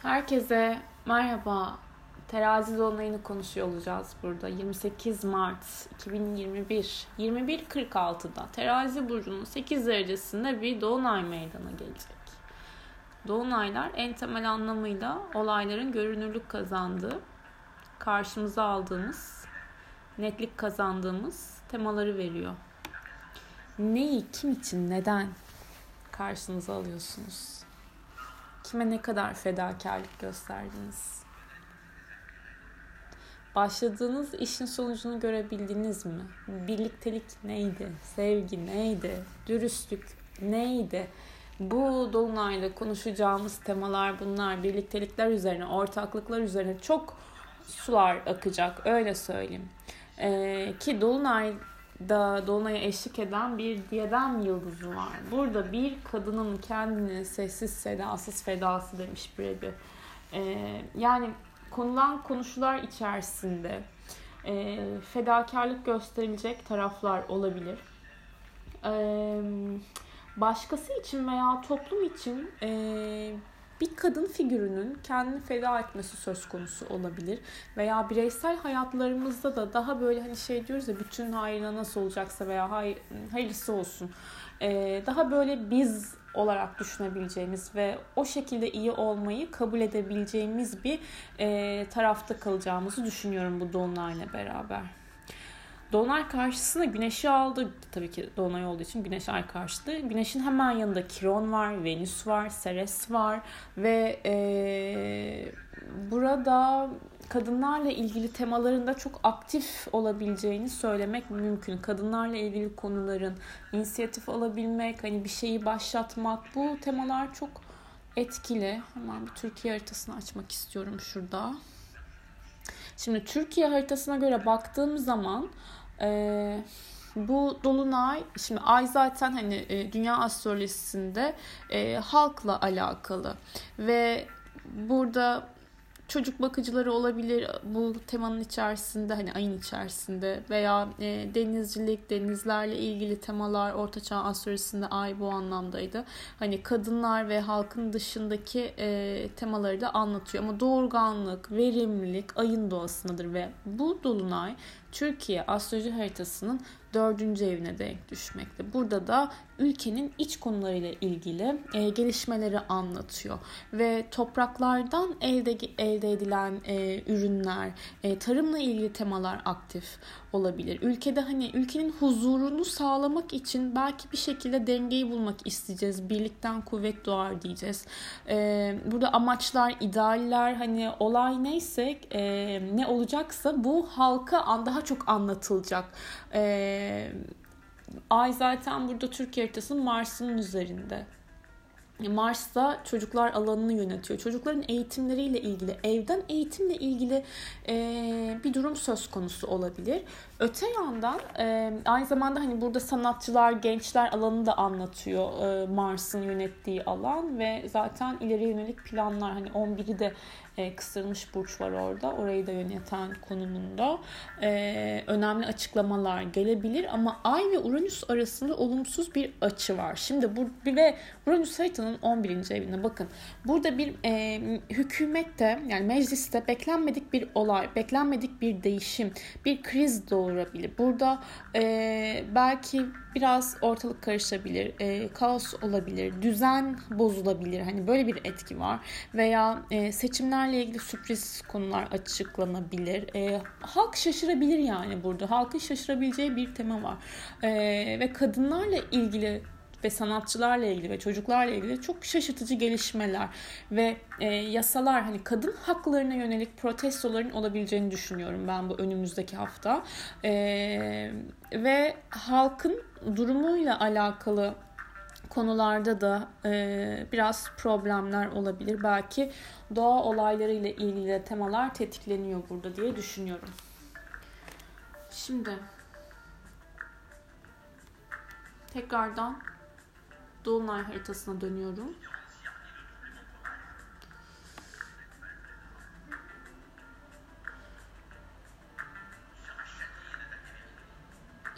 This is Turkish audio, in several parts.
Herkese merhaba. Terazi dolunayını konuşuyor olacağız burada. 28 Mart 2021 21.46'da Terazi burcunun 8 derecesinde bir dolunay meydana gelecek. Dolunaylar en temel anlamıyla olayların görünürlük kazandığı, karşımıza aldığımız, netlik kazandığımız temaları veriyor. Neyi, kim için, neden karşınıza alıyorsunuz? Kime ne kadar fedakarlık gösterdiniz? Başladığınız işin sonucunu görebildiniz mi? Birliktelik neydi? Sevgi neydi? Dürüstlük neydi? Bu dolunayla konuşacağımız temalar bunlar. Birliktelikler üzerine, ortaklıklar üzerine çok sular akacak. Öyle söyleyeyim. Ki Dolunay'a eşlik eden bir diyadem yıldızı var. Burada bir kadının kendini sessiz sedasız fedası demiş Brebi. Yani konulan konuşular içerisinde fedakarlık gösterilecek taraflar olabilir. Başkası için veya toplum için bir kadın figürünün kendini feda etmesi söz konusu olabilir. Veya bireysel hayatlarımızda da daha böyle hani diyoruz ya, bütün hayrına nasıl olacaksa veya hayırlısı olsun. Daha böyle biz olarak düşünebileceğimiz ve o şekilde iyi olmayı kabul edebileceğimiz bir tarafta kalacağımızı düşünüyorum bu dolunayla beraber. Dolunay karşısına Güneş'i aldı. Tabii ki Dolunay olduğu için Güneş ay karşıtı. Güneş'in hemen yanında Kiron var, Venüs var, Ceres var ve burada kadınlarla ilgili temalarında çok aktif olabileceğini söylemek mümkün. Kadınlarla ilgili konuların inisiyatif alabilmek, hani bir şeyi başlatmak, bu temalar çok etkili. Hemen bir Türkiye haritasını açmak istiyorum şurada. Şimdi Türkiye haritasına göre baktığım zaman bu dolunay, şimdi ay zaten hani dünya astrolojisinde halkla alakalı ve burada çocuk bakıcıları olabilir bu temanın içerisinde, hani ayın içerisinde veya denizcilik, denizlerle ilgili temalar. Ortaçağ astrolojisinde ay bu anlamdaydı. Hani kadınlar ve halkın dışındaki temaları da anlatıyor. Ama doğurganlık, verimlilik ayın doğasındadır ve bu dolunay Türkiye astroloji haritasının 4. evine denk düşmekte. Burada da ülkenin iç konularıyla ilgili gelişmeleri anlatıyor ve topraklardan elde edilen ürünler, tarımla ilgili temalar aktif olabilir. Ülkede hani ülkenin huzurunu sağlamak için belki bir şekilde dengeyi bulmak isteyeceğiz. Birlikten kuvvet doğar diyeceğiz. Burada amaçlar, idealler, hani olay neyse, ne olacaksa bu halka daha çok anlatılacak. Ay zaten burada Türkiye haritasının Mars'ın üzerinde. Mars da çocuklar alanını yönetiyor. Çocukların eğitimleriyle ilgili, evden eğitimle ilgili bir durum söz konusu olabilir. Öte yandan aynı zamanda hani burada sanatçılar, gençler alanını da anlatıyor Mars'ın yönettiği alan ve zaten ileri yönelik planlar, hani 11'i de kısırmış burç var orada. Orayı da yöneten konumunda önemli açıklamalar gelebilir ama Ay ve Uranüs arasında olumsuz bir açı var. Şimdi bu ve Uranüs haritanın 11. evine bakın. Burada bir hükümette, yani mecliste beklenmedik bir olay, beklenmedik bir değişim, bir kriz doğurabilir. Burada belki biraz ortalık karışabilir, kaos olabilir, düzen bozulabilir. Hani böyle bir etki var. Veya seçimlerle ilgili sürpriz konular açıklanabilir. Halk şaşırabilir yani burada. Halkın şaşırabileceği bir tema var. Ve kadınlarla ilgili ve sanatçılarla ilgili ve çocuklarla ilgili çok şaşırtıcı gelişmeler ve yasalar, hani kadın haklarına yönelik protestoların olabileceğini düşünüyorum ben bu önümüzdeki hafta. Ve halkın durumuyla alakalı konularda da biraz problemler olabilir. Belki doğa olaylarıyla ilgili temalar tetikleniyor burada diye düşünüyorum. Şimdi tekrardan Dolunay haritasına dönüyorum.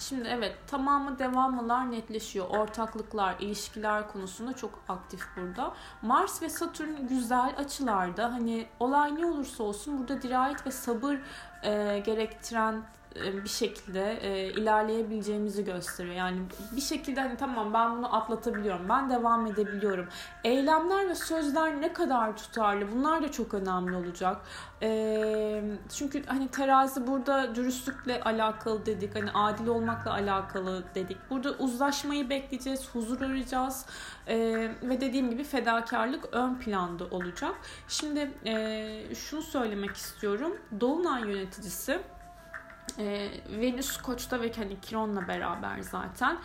Şimdi evet, tamamı devamlılar netleşiyor. Ortaklıklar, ilişkiler konusunda çok aktif burada. Mars ve Satürn güzel açılarda. Hani olay ne olursa olsun burada dirayet ve sabır gerektiren bir şekilde ilerleyebileceğimizi gösteriyor. Yani bir şekilde hani tamam, ben bunu atlatabiliyorum, ben devam edebiliyorum. Eylemler ve sözler ne kadar tutarlı, bunlar da çok önemli olacak. Çünkü hani terazi burada dürüstlükle alakalı dedik, hani adil olmakla alakalı dedik. Burada uzlaşmayı bekleyeceğiz, huzur arayacağız ve dediğim gibi fedakarlık ön planda olacak. Şimdi şunu söylemek istiyorum. Dolunay yöneticisi Venüs Koç'ta ve hani Kiron'la beraber zaten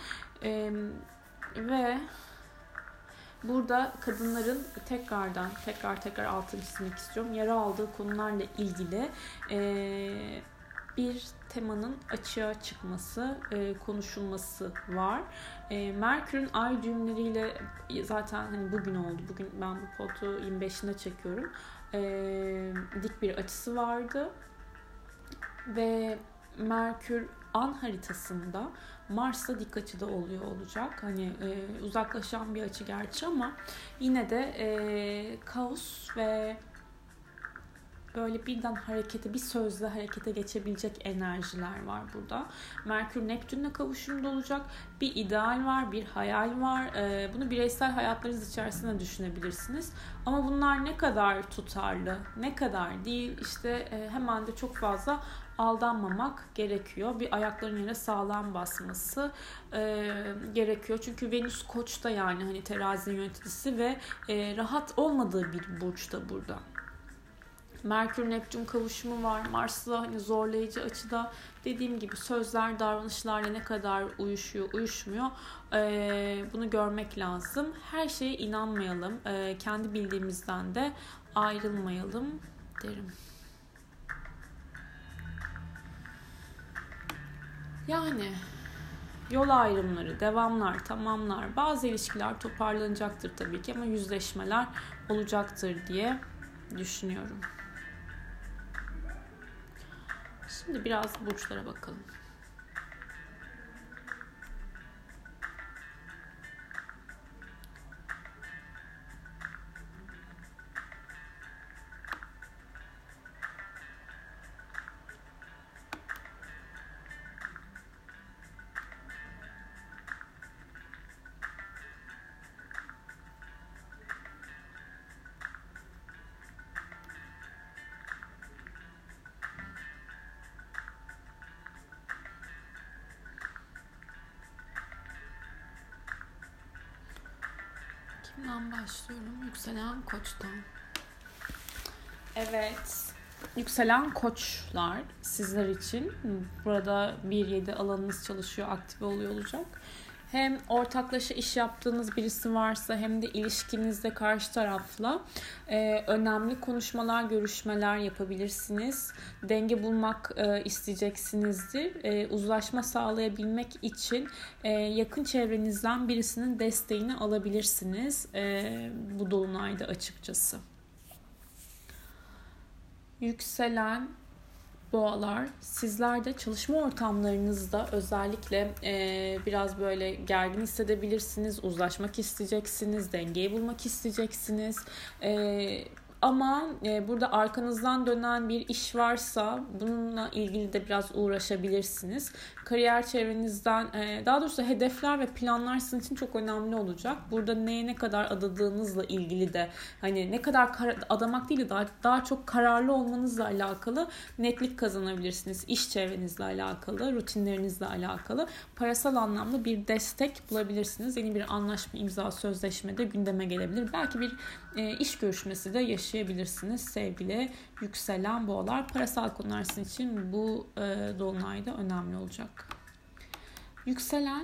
ve burada kadınların tekrar altını çizmek istiyorum. Yara aldığı konularla ilgili bir temanın açığa çıkması, konuşulması var. Merkür'ün ay düğümleriyle zaten hani bugün oldu. Bugün ben bu potu 25'inde çekiyorum. Dik bir açısı vardı. Ve Merkür an haritasında Mars'la dik açıda olacak. Hani uzaklaşan bir açı gerçi ama yine de kaos ve böyle birden harekete, bir sözle harekete geçebilecek enerjiler var burada. Merkür Neptün'le kavuşumda olacak. Bir ideal var, bir hayal var. Bunu bireysel hayatlarınız içerisinde düşünebilirsiniz. Ama bunlar ne kadar tutarlı, ne kadar değil, işte hemen de çok fazla aldanmamak gerekiyor. Bir ayakların yere sağlam basması gerekiyor. Çünkü Venüs Koç'ta, yani hani terazinin yöneticisi ve rahat olmadığı bir burçta burada. Merkür Neptün kavuşumu var. Mars'la hani zorlayıcı açıda, dediğim gibi sözler davranışlarla ne kadar uyuşuyor, uyuşmuyor. Bunu görmek lazım. Her şeye inanmayalım. Kendi bildiğimizden de ayrılmayalım derim. Yani yol ayrımları, devamlar, tamamlar, bazı ilişkiler toparlanacaktır tabii ki ama yüzleşmeler olacaktır diye düşünüyorum. Şimdi biraz burçlara bakalım. Kimden başlıyorum? Yükselen Koç'tan. Evet. Yükselen Koçlar sizler için burada 1-7 alanınız çalışıyor, aktive oluyor olacak. Hem ortaklaşa iş yaptığınız birisi varsa hem de ilişkinizde karşı tarafla önemli konuşmalar, görüşmeler yapabilirsiniz. Denge bulmak isteyeceksinizdir. Uzlaşma sağlayabilmek için yakın çevrenizden birisinin desteğini alabilirsiniz bu dolunayda açıkçası. Yükselen Boğalar, sizler de çalışma ortamlarınızda özellikle biraz böyle gergin hissedebilirsiniz, uzlaşmak isteyeceksiniz, dengeyi bulmak isteyeceksiniz. Ama burada arkanızdan dönen bir iş varsa bununla ilgili de biraz uğraşabilirsiniz. Kariyer çevrenizden, daha doğrusu hedefler ve planlar sizin için çok önemli olacak. Burada neye ne kadar adadığınızla ilgili de, hani ne kadar adamak değil de daha çok kararlı olmanızla alakalı netlik kazanabilirsiniz. İş çevrenizle alakalı, rutinlerinizle alakalı, parasal anlamda bir destek bulabilirsiniz. Yeni bir anlaşma, imza, sözleşme de gündeme gelebilir. Belki bir iş görüşmesi de yaşayabilirsiniz sevgili yükselen boğalar. Parasal konular sizin için bu dolunayda önemli olacak. Yükselen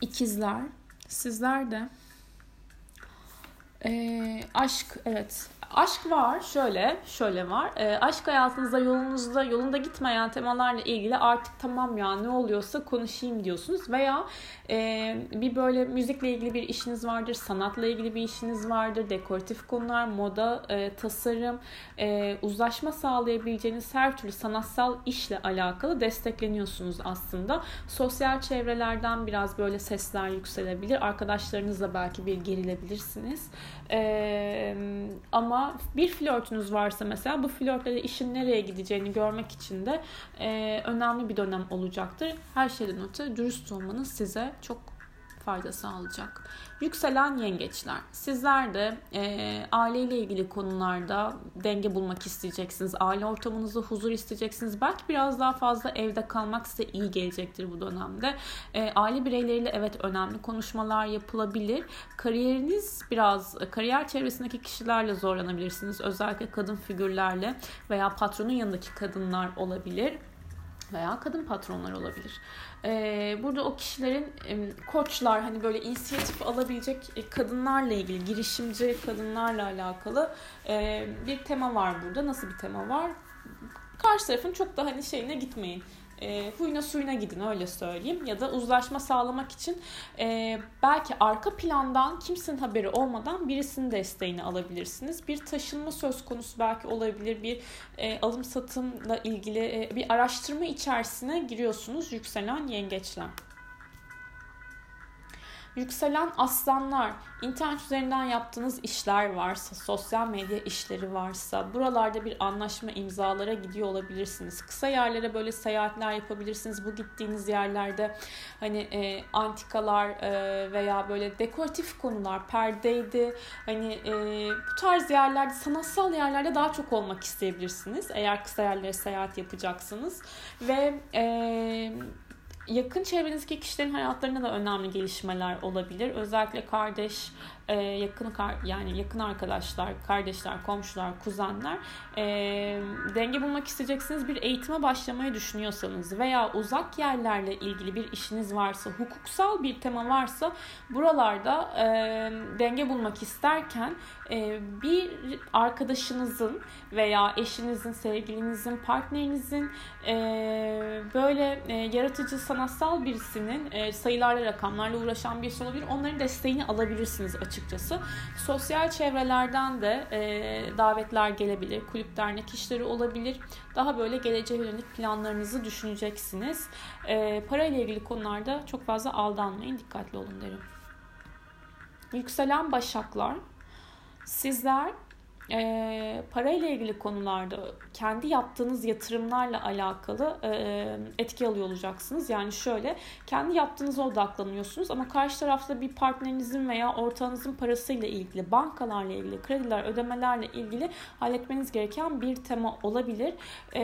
ikizler, sizler de aşk, evet, Aşk var, şöyle var. Aşk hayatınızda yolunda gitmeyen temalarla ilgili artık tamam ya ne oluyorsa konuşayım diyorsunuz. Veya bir böyle müzikle ilgili bir işiniz vardır, sanatla ilgili bir işiniz vardır, dekoratif konular, moda, tasarım, uzlaşma sağlayabileceğiniz her türlü sanatsal işle alakalı destekleniyorsunuz aslında. Sosyal çevrelerden biraz böyle sesler yükselebilir. Arkadaşlarınızla belki bir gerilebilirsiniz. Ama bir flörtünüz varsa mesela bu flörtle de işin nereye gideceğini görmek için de önemli bir dönem olacaktır. Her şeyden öte dürüst olmanız size çok fayda sağlayacak. Yükselen yengeçler. Sizler de aileyle ilgili konularda denge bulmak isteyeceksiniz. Aile ortamınızda huzur isteyeceksiniz. Belki biraz daha fazla evde kalmak size iyi gelecektir bu dönemde. Aile bireyleriyle evet önemli konuşmalar yapılabilir. Kariyer çevresindeki kişilerle zorlanabilirsiniz. Özellikle kadın figürlerle veya patronun yanındaki kadınlar olabilir. Veya kadın patronlar olabilir. Burada o kişilerin koçlar hani böyle inisiyatif alabilecek kadınlarla ilgili, girişimci kadınlarla alakalı bir tema var burada. Nasıl bir tema var? Karşı tarafın çok da hani şeyine gitmeyin. Huyuna suyuna gidin öyle söyleyeyim. Ya da uzlaşma sağlamak için belki arka plandan kimsenin haberi olmadan birisinin desteğini alabilirsiniz. Bir taşınma söz konusu belki olabilir. Bir alım satımla ilgili bir araştırma içerisine giriyorsunuz yükselen yengeçler. Yükselen aslanlar, internet üzerinden yaptığınız işler varsa, sosyal medya işleri varsa, buralarda bir anlaşma imzalara gidiyor olabilirsiniz. Kısa yerlere böyle seyahatler yapabilirsiniz. Bu gittiğiniz yerlerde hani antikalar veya böyle dekoratif konular, perdeydi. Hani bu tarz yerlerde, sanatsal yerlerde daha çok olmak isteyebilirsiniz. Eğer kısa yerlere seyahat yapacaksınız. Ve yakın çevrenizdeki kişilerin hayatlarında da önemli gelişmeler olabilir. Özellikle kardeş, yakın arkadaşlar, kardeşler, komşular, kuzenler denge bulmak isteyeceksiniz. Bir eğitime başlamayı düşünüyorsanız veya uzak yerlerle ilgili bir işiniz varsa, hukuksal bir tema varsa buralarda denge bulmak isterken bir arkadaşınızın veya eşinizin, sevgilinizin, partnerinizin böyle yaratıcı, sanatsal birisinin sayılarla, rakamlarla uğraşan birisi olabilir. Onların desteğini alabilirsiniz açıkçası. Sosyal çevrelerden de davetler gelebilir. Kulüp, dernek işleri olabilir. Daha böyle geleceğe yönelik planlarınızı düşüneceksiniz. Parayla ilgili konularda çok fazla aldanmayın. Dikkatli olun derim. Yükselen başaklar. Sizler parayla ilgili konularda kendi yaptığınız yatırımlarla alakalı etki alıyor olacaksınız. Yani şöyle, kendi yaptığınıza odaklanıyorsunuz ama karşı tarafta bir partnerinizin veya ortağınızın parasıyla ilgili, bankalarla ilgili, krediler, ödemelerle ilgili halletmeniz gereken bir tema olabilir.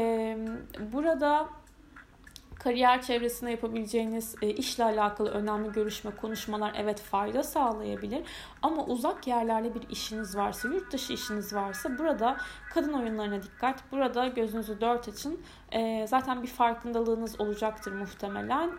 Burada kariyer çevresinde yapabileceğiniz işle alakalı önemli görüşme, konuşmalar evet fayda sağlayabilir. Ama uzak yerlerde bir işiniz varsa, yurt dışı işiniz varsa burada kadın oyunlarına dikkat. Burada gözünüzü dört açın. Zaten bir farkındalığınız olacaktır muhtemelen.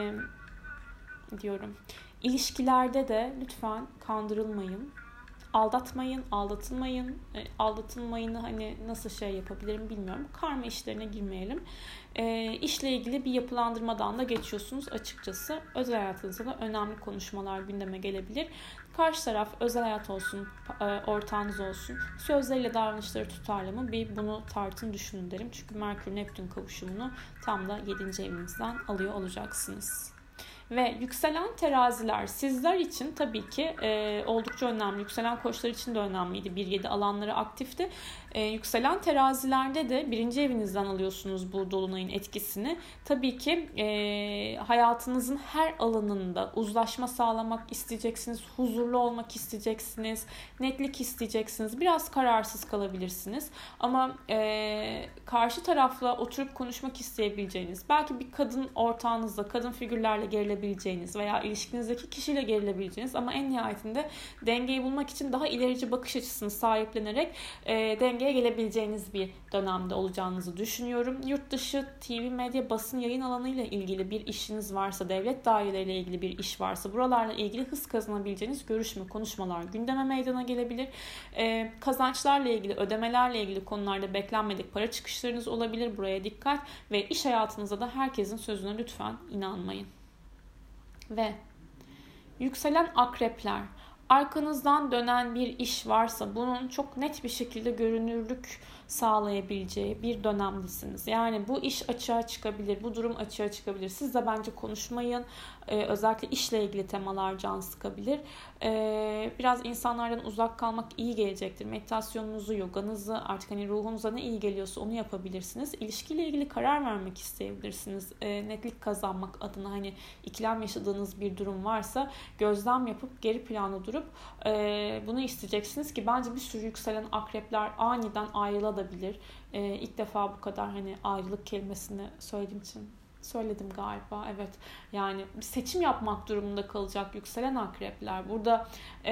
Diyorum. İlişkilerde de lütfen kandırılmayın. Aldatmayın, aldatılmayın. Aldatılmayını hani nasıl şey yapabilirim bilmiyorum. Karma işlerine girmeyelim. İşle ilgili bir yapılandırmadan da geçiyorsunuz açıkçası. Özel hayatınızda da önemli konuşmalar gündeme gelebilir. Karşı taraf özel hayat olsun, ortağınız olsun. Sözleriyle davranışları tutarlı mı? Bir bunu tartın, düşünün derim. Çünkü Merkür-Neptün kavuşumunu tam da 7. evinizden alıyor olacaksınız. Ve yükselen teraziler sizler için tabii ki oldukça önemli. Yükselen koçlar için de önemliydi. 1-7 alanları aktifti. Yükselen terazilerde de 1. evinizden alıyorsunuz bu dolunayın etkisini. Tabii ki hayatınızın her alanında uzlaşma sağlamak isteyeceksiniz. Huzurlu olmak isteyeceksiniz. Netlik isteyeceksiniz. Biraz kararsız kalabilirsiniz. Ama karşı tarafla oturup konuşmak isteyebileceğiniz, belki bir kadın ortağınızla, kadın figürlerle gerilebileceğiniz gerilebileceğiniz veya ilişkinizdeki kişiyle gerilebileceğiniz ama en nihayetinde dengeyi bulmak için daha ilerici bakış açısını sahiplenerek dengeye gelebileceğiniz bir dönemde olacağınızı düşünüyorum. Yurt dışı, TV, medya, basın yayın alanıyla ilgili bir işiniz varsa, devlet daireleriyle ilgili bir iş varsa buralarla ilgili hız kazanabileceğiniz görüşme, konuşmalar gündeme meydana gelebilir. Kazançlarla ilgili, ödemelerle ilgili konularda beklenmedik para çıkışlarınız olabilir. Buraya dikkat ve iş hayatınızda da herkesin sözüne lütfen inanmayın. Ve yükselen akrepler, arkanızdan dönen bir iş varsa bunun çok net bir şekilde görünürlük sağlayabileceği bir dönemdesiniz. Yani bu iş açığa çıkabilir, bu durum açığa çıkabilir. Siz de bence konuşmayın. Özellikle işle ilgili temalar can sıkabilir. Biraz insanlardan uzak kalmak iyi gelecektir. Meditasyonunuzu, yoganızı, artık hani ruhunuza ne iyi geliyorsa onu yapabilirsiniz. İlişkiyle ilgili karar vermek isteyebilirsiniz. Netlik kazanmak adına hani ikilem yaşadığınız bir durum varsa gözlem yapıp geri planda durup bunu isteyeceksiniz ki bence bir sürü yükselen akrepler aniden ayrılabilir. İlk defa bu kadar hani ayrılık kelimesini söylediğim için söyledim galiba. Evet. Yani bir seçim yapmak durumunda kalacak yükselen akrepler. Burada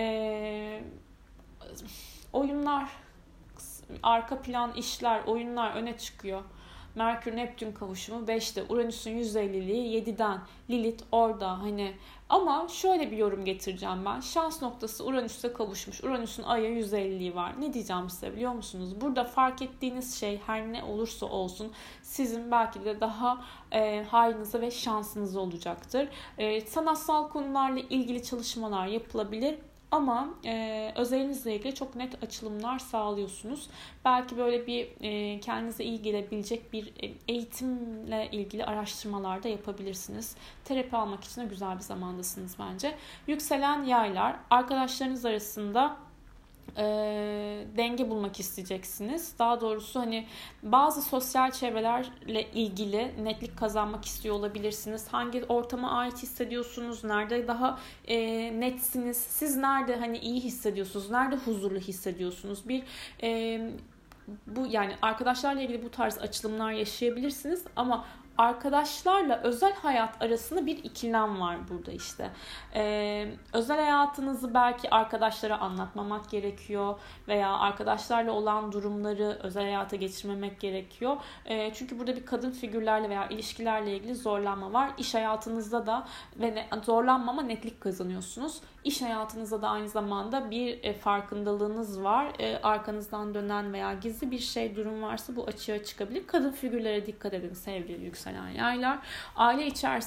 oyunlar, arka plan işler, oyunlar öne çıkıyor. Merkür-Neptün kavuşumu 5'te, Uranüs'ün 150'liği 7'den, Lilith orada hani. Ama şöyle bir yorum getireceğim ben. Şans noktası Uranüs'te kavuşmuş. Uranüs'ün Ay'a 150'liği var. Ne diyeceğim size biliyor musunuz? Burada fark ettiğiniz şey her ne olursa olsun sizin belki de daha hayrınıza ve şansınıza olacaktır. Sanatsal konularla ilgili çalışmalar yapılabilir. Ama özelinizle ilgili çok net açılımlar sağlıyorsunuz. Belki böyle bir kendinize iyi gelebilecek bir eğitimle ilgili araştırmalar da yapabilirsiniz. Terapi almak için de güzel bir zamandasınız bence. Yükselen yaylar, arkadaşlarınız arasında denge bulmak isteyeceksiniz. Daha doğrusu hani bazı sosyal çevrelerle ilgili netlik kazanmak istiyor olabilirsiniz. Hangi ortama ait hissediyorsunuz? Nerede daha netsiniz? Siz nerede hani iyi hissediyorsunuz? Nerede huzurlu hissediyorsunuz? Bu yani arkadaşlarla ilgili bu tarz açılımlar yaşayabilirsiniz ama arkadaşlarla özel hayat arasında bir ikilem var burada işte. Özel hayatınızı belki arkadaşlara anlatmamak gerekiyor veya arkadaşlarla olan durumları özel hayata geçirmemek gerekiyor. Çünkü burada bir kadın figürlerle veya ilişkilerle ilgili zorlanma var. İş hayatınızda da zorlanma ama netlik kazanıyorsunuz. İş hayatınızda da aynı zamanda bir farkındalığınız var. Arkanızdan dönen veya gizli bir durum varsa bu açığa çıkabilir. Kadın figürlere dikkat edin sevgili yükselen yaylar. Aile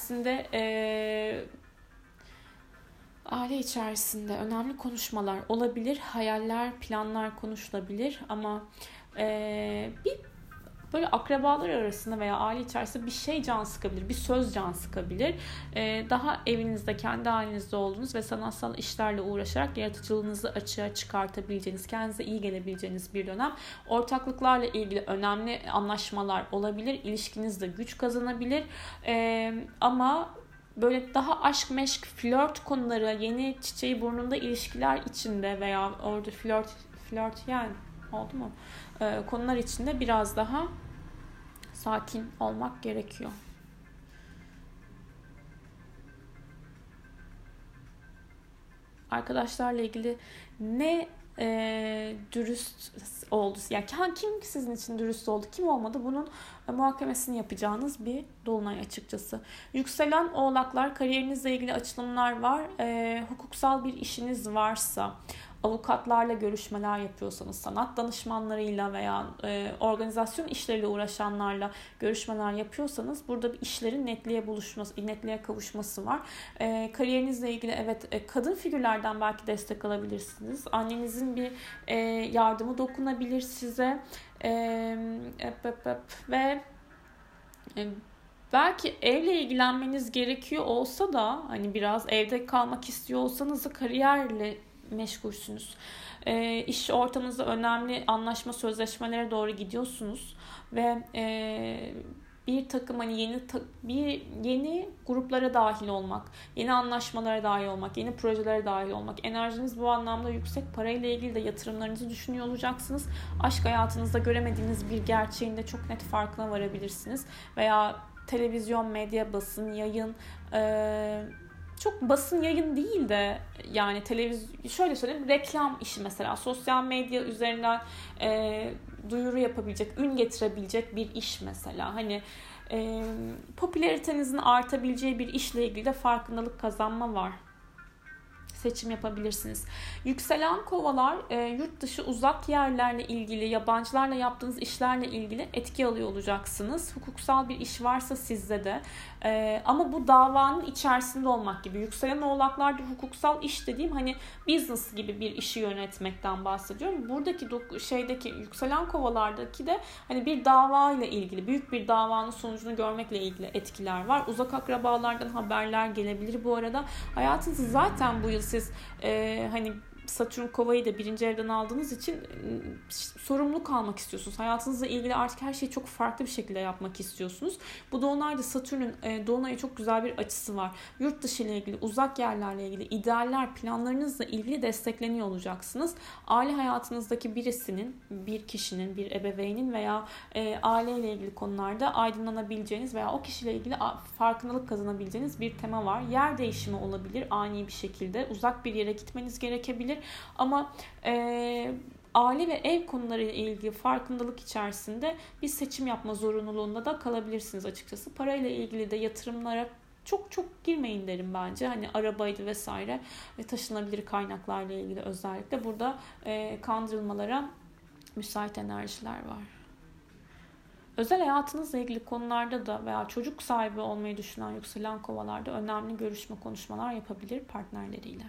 içerisinde önemli konuşmalar olabilir. Hayaller, planlar konuşulabilir ama bir böyle akrabalar arasında veya aile içerisinde bir can sıkabilir, bir söz can sıkabilir. Daha evinizde, kendi ailenizde olduğunuz ve sanatsal işlerle uğraşarak yaratıcılığınızı açığa çıkartabileceğiniz, kendinize iyi gelebileceğiniz bir dönem. Ortaklıklarla ilgili önemli anlaşmalar olabilir. İlişkinizde güç kazanabilir. Ama böyle daha aşk, meşk, flört konuları, yeni çiçeği burnunda ilişkiler içinde veya orada flörtyen oldu mu? Konular içinde biraz daha sakin olmak gerekiyor. Arkadaşlarla ilgili ne dürüst oldu? Yani kim sizin için dürüst oldu, kim olmadı? Bunun muhakemesini yapacağınız bir dolunay açıkçası. Yükselen oğlaklar, kariyerinizle ilgili açılımlar var. Hukuksal bir işiniz varsa, avukatlarla görüşmeler yapıyorsanız, sanat danışmanlarıyla veya organizasyon işleriyle uğraşanlarla görüşmeler yapıyorsanız burada bir işlerin netliğe kavuşması var. Kariyerinizle ilgili kadın figürlerden belki destek alabilirsiniz. Annenizin bir yardımı dokunabilir size. Ve belki evle ilgilenmeniz gerekiyor olsa da hani biraz evde kalmak istiyor olsanız da kariyerle meşgulsünüz. İş ortamınızda önemli anlaşma sözleşmelere doğru gidiyorsunuz ve bir takım hani yeni gruplara dahil olmak, yeni anlaşmalara dahil olmak, yeni projelere dahil olmak. Enerjiniz bu anlamda yüksek. Parayla ilgili de yatırımlarınızı düşünüyor olacaksınız. Aşk hayatınızda göremediğiniz bir gerçeğin de çok net farkına varabilirsiniz. Veya televizyon, medya, basın, yayın, çok basın yayın değil de yani şöyle söyleyeyim, reklam işi mesela sosyal medya üzerinden duyuru yapabilecek, ün getirebilecek bir iş mesela. Hani popülaritenizin artabileceği bir işle ilgili de farkındalık kazanma var. Seçim yapabilirsiniz. Yükselen kovalar yurt dışı uzak yerlerle ilgili, yabancılarla yaptığınız işlerle ilgili etki alıyor olacaksınız. Hukuksal bir iş varsa sizde de. Ama bu davanın içerisinde olmak gibi. Yükselen oğlaklarda hukuksal iş dediğim hani business gibi bir işi yönetmekten bahsediyorum. Buradaki yükselen kovalardaki de hani bir dava ile ilgili, büyük bir davanın sonucunu görmekle ilgili etkiler var. Uzak akrabalardan haberler gelebilir bu arada. Hayatınızı zaten bu yıl siz hani Satürn kovayı da birinci evden aldığınız için sorumluluk almak istiyorsunuz. Hayatınızla ilgili artık her şeyi çok farklı bir şekilde yapmak istiyorsunuz. Bu dolunayda Satürn'ün dolunaya çok güzel bir açısı var. Yurt dışı ile ilgili, uzak yerlerle ilgili, idealler, planlarınızla ilgili destekleniyor olacaksınız. Aile hayatınızdaki bir kişinin, bir ebeveynin veya aileyle ilgili konularda aydınlanabileceğiniz veya o kişiyle ilgili farkındalık kazanabileceğiniz bir tema var. Yer değişimi olabilir ani bir şekilde. Uzak bir yere gitmeniz gerekebilir. Ama aile ve ev konularıyla ilgili farkındalık içerisinde bir seçim yapma zorunluluğunda da kalabilirsiniz açıkçası. Parayla ilgili de yatırımlara çok girmeyin derim bence. Hani arabaydı vesaire ve taşınabilir kaynaklarla ilgili özellikle burada kandırılmalara müsait enerjiler var. Özel hayatınızla ilgili konularda da veya çocuk sahibi olmayı düşünen yükselen kovalarda önemli görüşme, konuşmalar yapabilir partnerleriyle.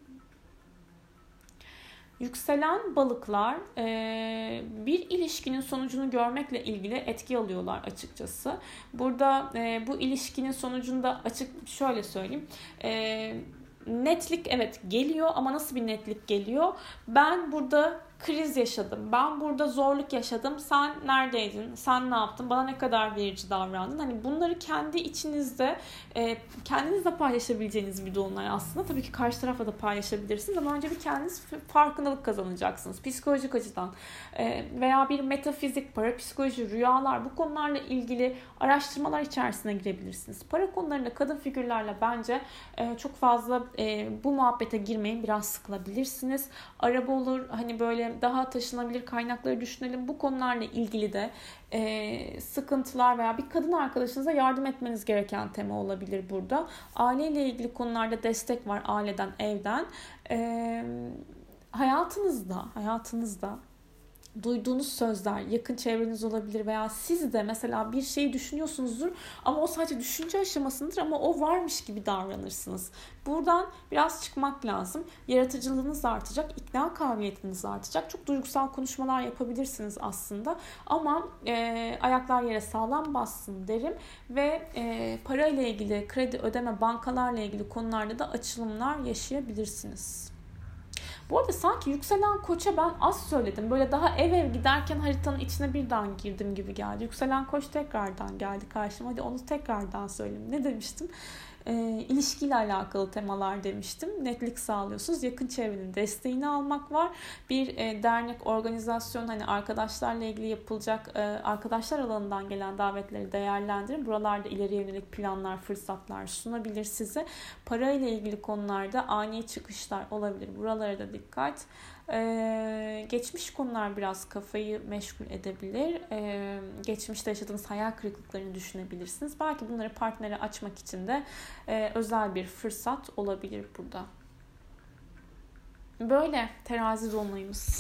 Yükselen balıklar bir ilişkinin sonucunu görmekle ilgili etki alıyorlar açıkçası. Burada bu ilişkinin sonucunda şöyle söyleyeyim. Netlik evet geliyor ama nasıl bir netlik geliyor? Ben burada kriz yaşadım. Ben burada zorluk yaşadım. Sen neredeydin? Sen ne yaptın? Bana ne kadar verici davrandın? Hani bunları kendi içinizde kendinizle paylaşabileceğiniz bir dolunay aslında. Tabii ki karşı tarafla da paylaşabilirsiniz ama önce bir kendiniz farkındalık kazanacaksınız. Psikolojik açıdan veya bir metafizik, parapsikoloji, rüyalar bu konularla ilgili araştırmalar içerisine girebilirsiniz. Para konularında kadın figürlerle bence çok fazla bu muhabbete girmeyin. Biraz sıkılabilirsiniz. Araba olur hani böyle daha taşınabilir kaynakları düşünelim. Bu konularla ilgili de sıkıntılar veya bir kadın arkadaşınıza yardım etmeniz gereken tema olabilir burada. Aileyle ilgili konularda destek var aileden, evden. Hayatınızda duyduğunuz sözler, yakın çevreniz olabilir veya siz de mesela bir şeyi düşünüyorsunuzdur ama o sadece düşünce aşamasındadır ama o varmış gibi davranırsınız. Buradan biraz çıkmak lazım. Yaratıcılığınız artacak, ikna kabiliyetiniz artacak. Çok duygusal konuşmalar yapabilirsiniz aslında ama ayaklar yere sağlam bassın derim ve parayla ilgili, kredi ödeme, bankalarla ilgili konularda da açılımlar yaşayabilirsiniz. Bu arada sanki yükselen koça ben az söyledim. Böyle daha ev giderken haritanın içine birden girdim gibi geldi. Yükselen koç tekrardan geldi karşıma. Hadi onu tekrardan söyleyeyim. Ne demiştim? İlişkiyle alakalı temalar demiştim. Netlik sağlıyorsunuz. Yakın çevrenin desteğini almak var. Bir dernek, organizasyon hani arkadaşlarla ilgili yapılacak arkadaşlar alanından gelen davetleri değerlendirin. Buralarda ileriye yönelik planlar, fırsatlar sunabilir size. Parayla ilgili konularda ani çıkışlar olabilir. Buralara da dikkat. Geçmiş konular biraz kafayı meşgul edebilir. Geçmişte yaşadığınız hayal kırıklıklarını düşünebilirsiniz. Belki bunları partnere açmak için de özel bir fırsat olabilir burada. Böyle terazi dolunayımız.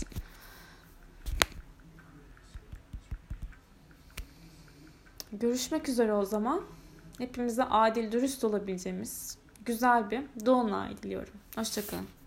Görüşmek üzere o zaman. Hepimize adil, dürüst olabileceğimiz güzel bir dolunay diliyorum. Hoşça kalın.